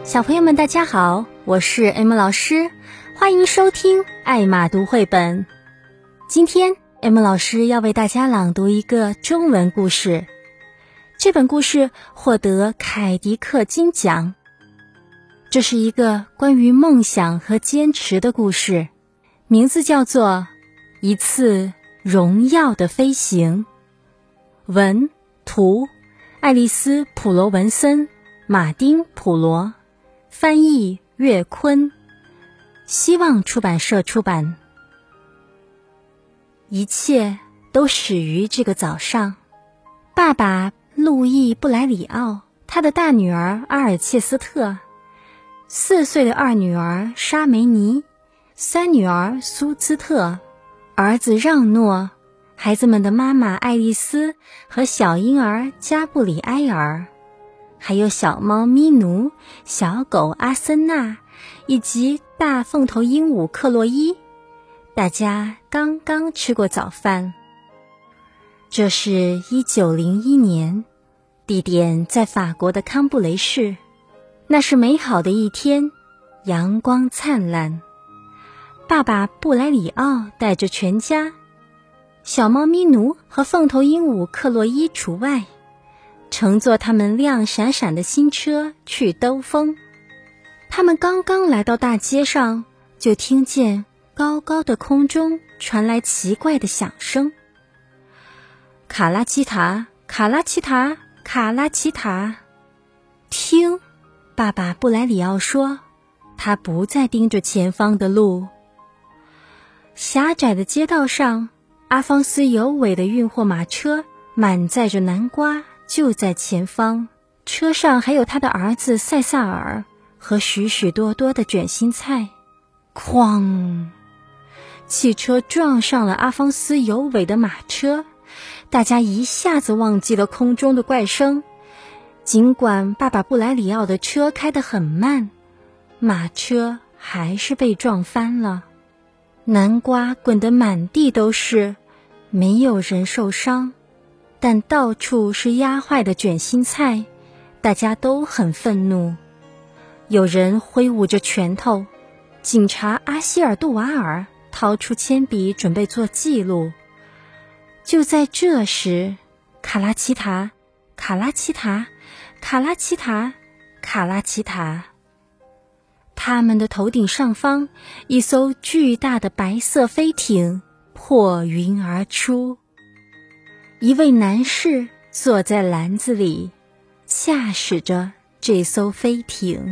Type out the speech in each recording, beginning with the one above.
小朋友们大家好，我是 M 老师，欢迎收听艾玛读绘本。今天 M 老师要为大家朗读一个中文故事，这本故事获得凯迪克金奖。这是一个关于梦想和坚持的故事，名字叫做一次荣耀的飞行。文图爱丽丝·普罗文森，马丁·普罗，翻译岳坤，希望出版社出版。一切都始于这个早上，爸爸路易·布莱里奥，他的大女儿阿尔切斯特，4岁的二女儿莎梅尼，3女儿苏兹特，儿子让诺，孩子们的妈妈爱丽丝和小婴儿加布里埃尔，还有小猫咪奴、小狗阿森纳以及大凤头鹦鹉克洛伊。大家刚刚吃过早饭。这是1901年，地点在法国的康布雷市。那是美好的一天，阳光灿烂。爸爸布莱里奥带着全家，小猫咪奴和凤头鹦鹉克洛伊除外，乘坐他们亮闪闪的新车去兜风。他们刚刚来到大街上，就听见高高的空中传来奇怪的响声，卡拉奇塔，卡拉奇塔，卡拉奇塔。听，爸爸布莱里奥说，他不再盯着前方的路。狭窄的街道上，阿方斯尤韦的运货马车满载着南瓜就在前方，车上还有他的儿子塞萨尔和许许多多的卷心菜。哐！汽车撞上了阿方斯尤韦的马车，大家一下子忘记了空中的怪声。尽管爸爸布莱里奥的车开得很慢，马车还是被撞翻了。南瓜滚得满地都是，没有人受伤，但到处是压坏的卷心菜，大家都很愤怒。有人挥舞着拳头，警察阿希尔杜瓦尔掏出铅笔准备做记录。就在这时，卡拉奇塔，卡拉奇塔，卡拉奇塔，卡拉奇塔。他们的头顶上方，一艘巨大的白色飞艇破云而出。一位男士坐在篮子里，驾驶着这艘飞艇。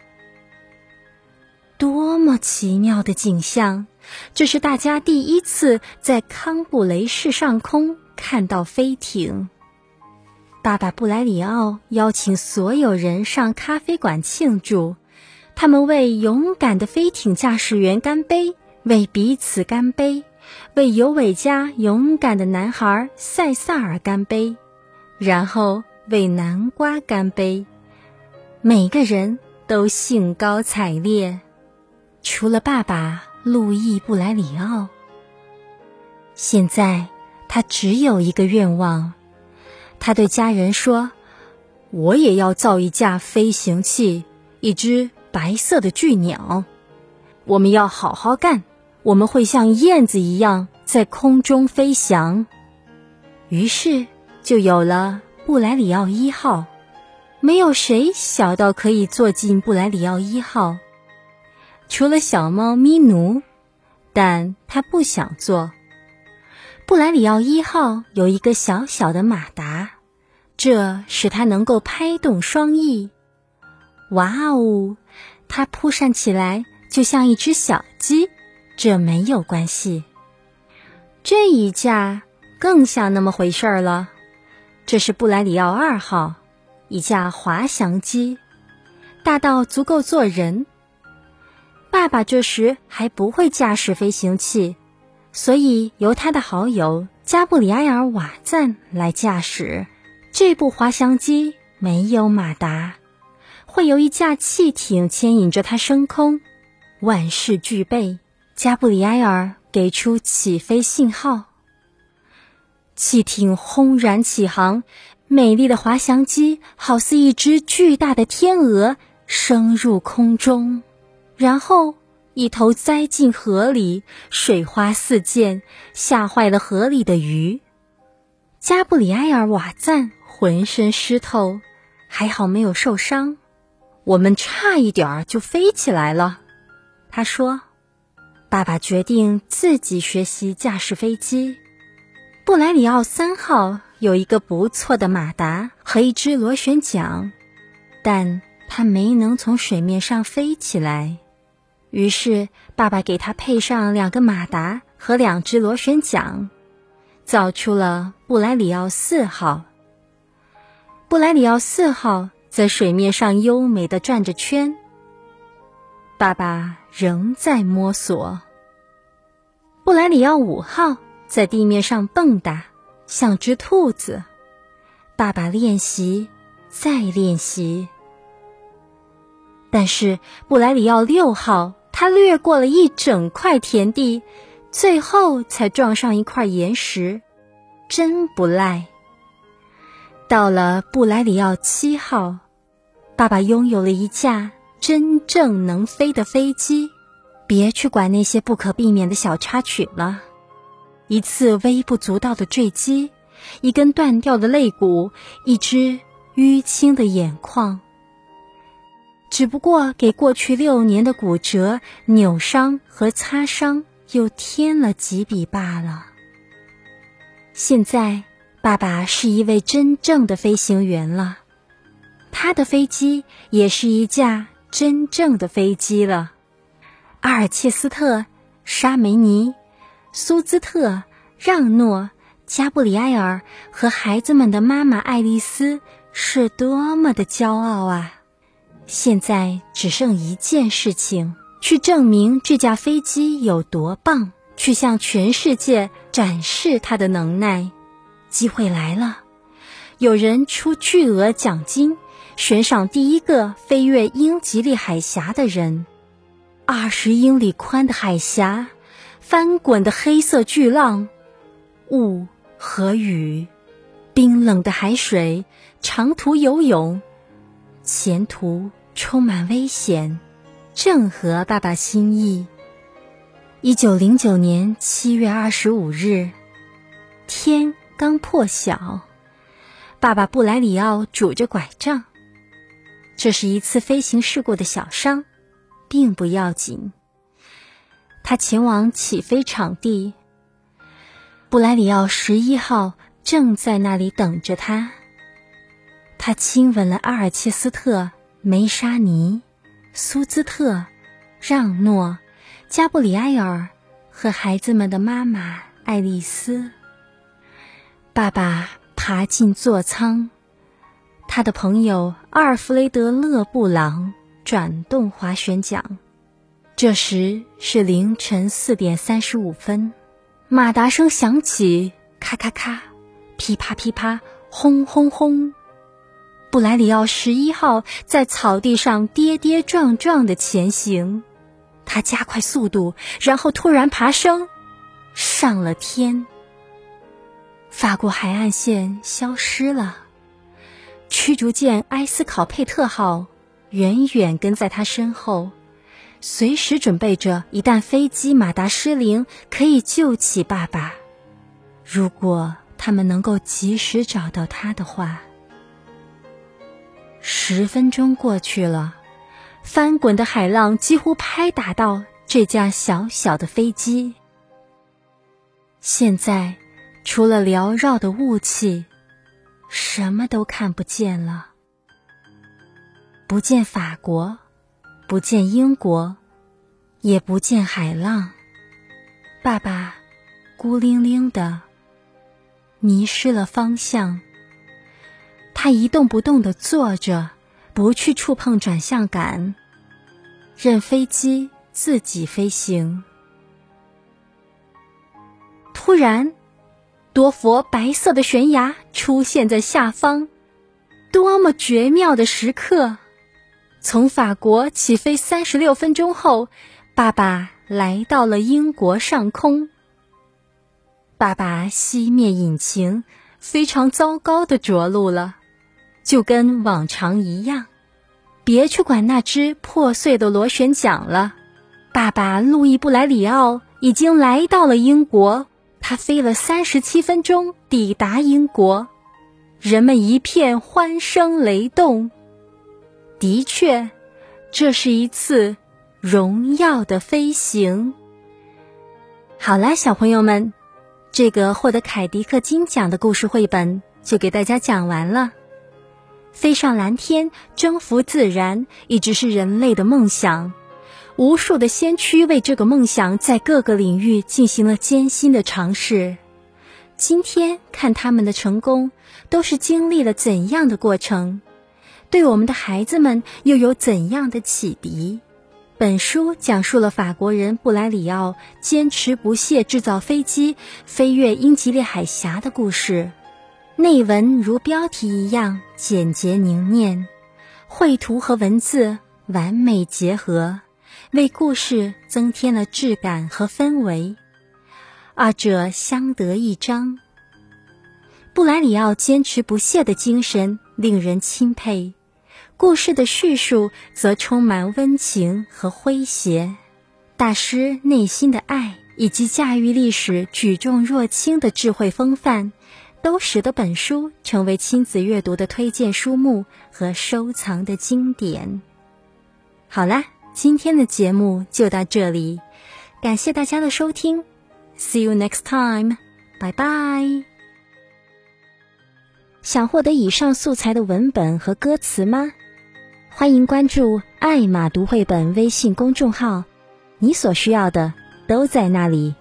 多么奇妙的景象！这是大家第一次在康布雷市上空看到飞艇。爸爸布莱里奥邀请所有人上咖啡馆庆祝，他们为勇敢的飞艇驾驶员干杯，为彼此干杯，为尤伟家勇敢的男孩塞萨尔干杯，然后为南瓜干杯。每个人都兴高采烈，除了爸爸路易·布莱里奥。现在他只有一个愿望，他对家人说，我也要造一架飞行器，一只白色的巨鸟。我们要好好干，我们会像燕子一样在空中飞翔。于是就有了布莱里奥1号。没有谁小到可以坐进布莱里奥1号，除了小猫咪奴，但他不想坐。布莱里奥1号有一个小小的马达，这使他能够拍动双翼。哇哦，它扑扇起来就像一只小鸡，这没有关系。这一架更像那么回事儿了，这是布莱里奥2号，一架滑翔机，大到足够坐人。爸爸这时还不会驾驶飞行器，所以由他的好友加布里埃尔·瓦赞来驾驶。这部滑翔机没有马达，会由一架汽艇牵引着它升空。万事俱备，加布里埃尔给出起飞信号。汽艇轰然起航，美丽的滑翔机好似一只巨大的天鹅， 升入空中，然后一头栽进河里，水花四溅，吓坏了河里的鱼。加布里埃尔·瓦赞浑身湿透，还好没有受伤，我们差一点就飞起来了。他说，爸爸决定自己学习驾驶飞机。布莱里奥3号有一个不错的马达和一只螺旋桨，但他没能从水面上飞起来。于是爸爸给他配上2个马达和2只螺旋桨，造出了布莱里奥4号。布莱里奥4号在水面上优美地转着圈。爸爸仍在摸索。布莱里奥5号在地面上蹦跶，像只兔子。爸爸练习，再练习。但是布莱里奥6号，他掠过了一整块田地，最后才撞上一块岩石，真不赖。到了布莱里奥7号，爸爸拥有了一架真正能飞的飞机。别去管那些不可避免的小插曲了。一次微不足道的坠机，一根断掉的肋骨，一只淤青的眼眶，只不过给过去6年的骨折、扭伤和擦伤又添了几笔罢了。现在爸爸是一位真正的飞行员了，他的飞机也是一架真正的飞机了。阿尔切斯特、沙梅尼、苏兹特、让诺、加布里埃尔和孩子们的妈妈爱丽丝是多么的骄傲啊！现在只剩一件事情，去证明这架飞机有多棒，去向全世界展示它的能耐。机会来了，有人出巨额奖金，悬赏第一个飞越英吉利海峡的人。20英里宽的海峡，翻滚的黑色巨浪，雾和雨，冰冷的海水，长途游泳，前途充满危险，正合爸爸心意。1909年7月25日，天刚破晓，爸爸布莱里奥拄着拐杖。这是一次飞行事故的小伤，并不要紧。他前往起飞场地，布莱里奥11号正在那里等着他。他亲吻了阿尔切斯特、梅沙尼、苏兹特、让诺、加布里埃尔和孩子们的妈妈爱丽丝。爸爸爬进座舱，他的朋友阿尔弗雷德·勒布朗转动滑旋桨。这时是凌晨4点35分，马达声响起，咔咔咔，噼啪噼啪，轰轰轰。布莱里奥11号在草地上跌跌撞撞地前行，他加快速度，然后突然爬升，上了天。法国海岸线消失了，驱逐舰埃斯考佩特号远远跟在他身后，随时准备着一旦飞机马达失灵，可以救起爸爸。如果他们能够及时找到他的话。10分钟过去了，翻滚的海浪几乎拍打到这架小小的飞机。现在除了缭绕的雾气，什么都看不见了。不见法国，不见英国，也不见海浪。爸爸孤零零的迷失了方向。他一动不动地坐着，不去触碰转向杆，任飞机自己飞行。突然，多佛白色的悬崖出现在下方，多么绝妙的时刻！从法国起飞36分钟后，爸爸来到了英国上空。爸爸熄灭引擎，非常糟糕的着陆了，就跟往常一样， 别去管那只破碎的螺旋桨了。爸爸路易·布莱里奥已经来到了英国，他飞了37分钟抵达英国，人们一片欢声雷动。的确，这是一次荣耀的飞行。好啦，小朋友们，这个获得凯迪克金奖的故事绘本就给大家讲完了。飞上蓝天，征服自然，一直是人类的梦想。无数的先驱为这个梦想在各个领域进行了艰辛的尝试。今天看他们的成功，都是经历了怎样的过程？对我们的孩子们又有怎样的启迪？本书讲述了法国人布莱里奥坚持不懈制造飞机，飞越英吉利海峡的故事。内文如标题一样简洁凝练，绘图和文字完美结合，为故事增添了质感和氛围，二者相得益彰。布莱里奥坚持不懈的精神令人钦佩，故事的叙述则充满温情和诙谐。大师内心的爱以及驾驭历史举重若轻的智慧风范，都使得本书成为亲子阅读的推荐书目和收藏的经典。好啦，今天的节目就到这里，感谢大家的收听。See you next time. Bye bye. 想获得以上素材的文本和歌词吗？欢迎关注艾玛读绘本微信公众号，你所需要的都在那里。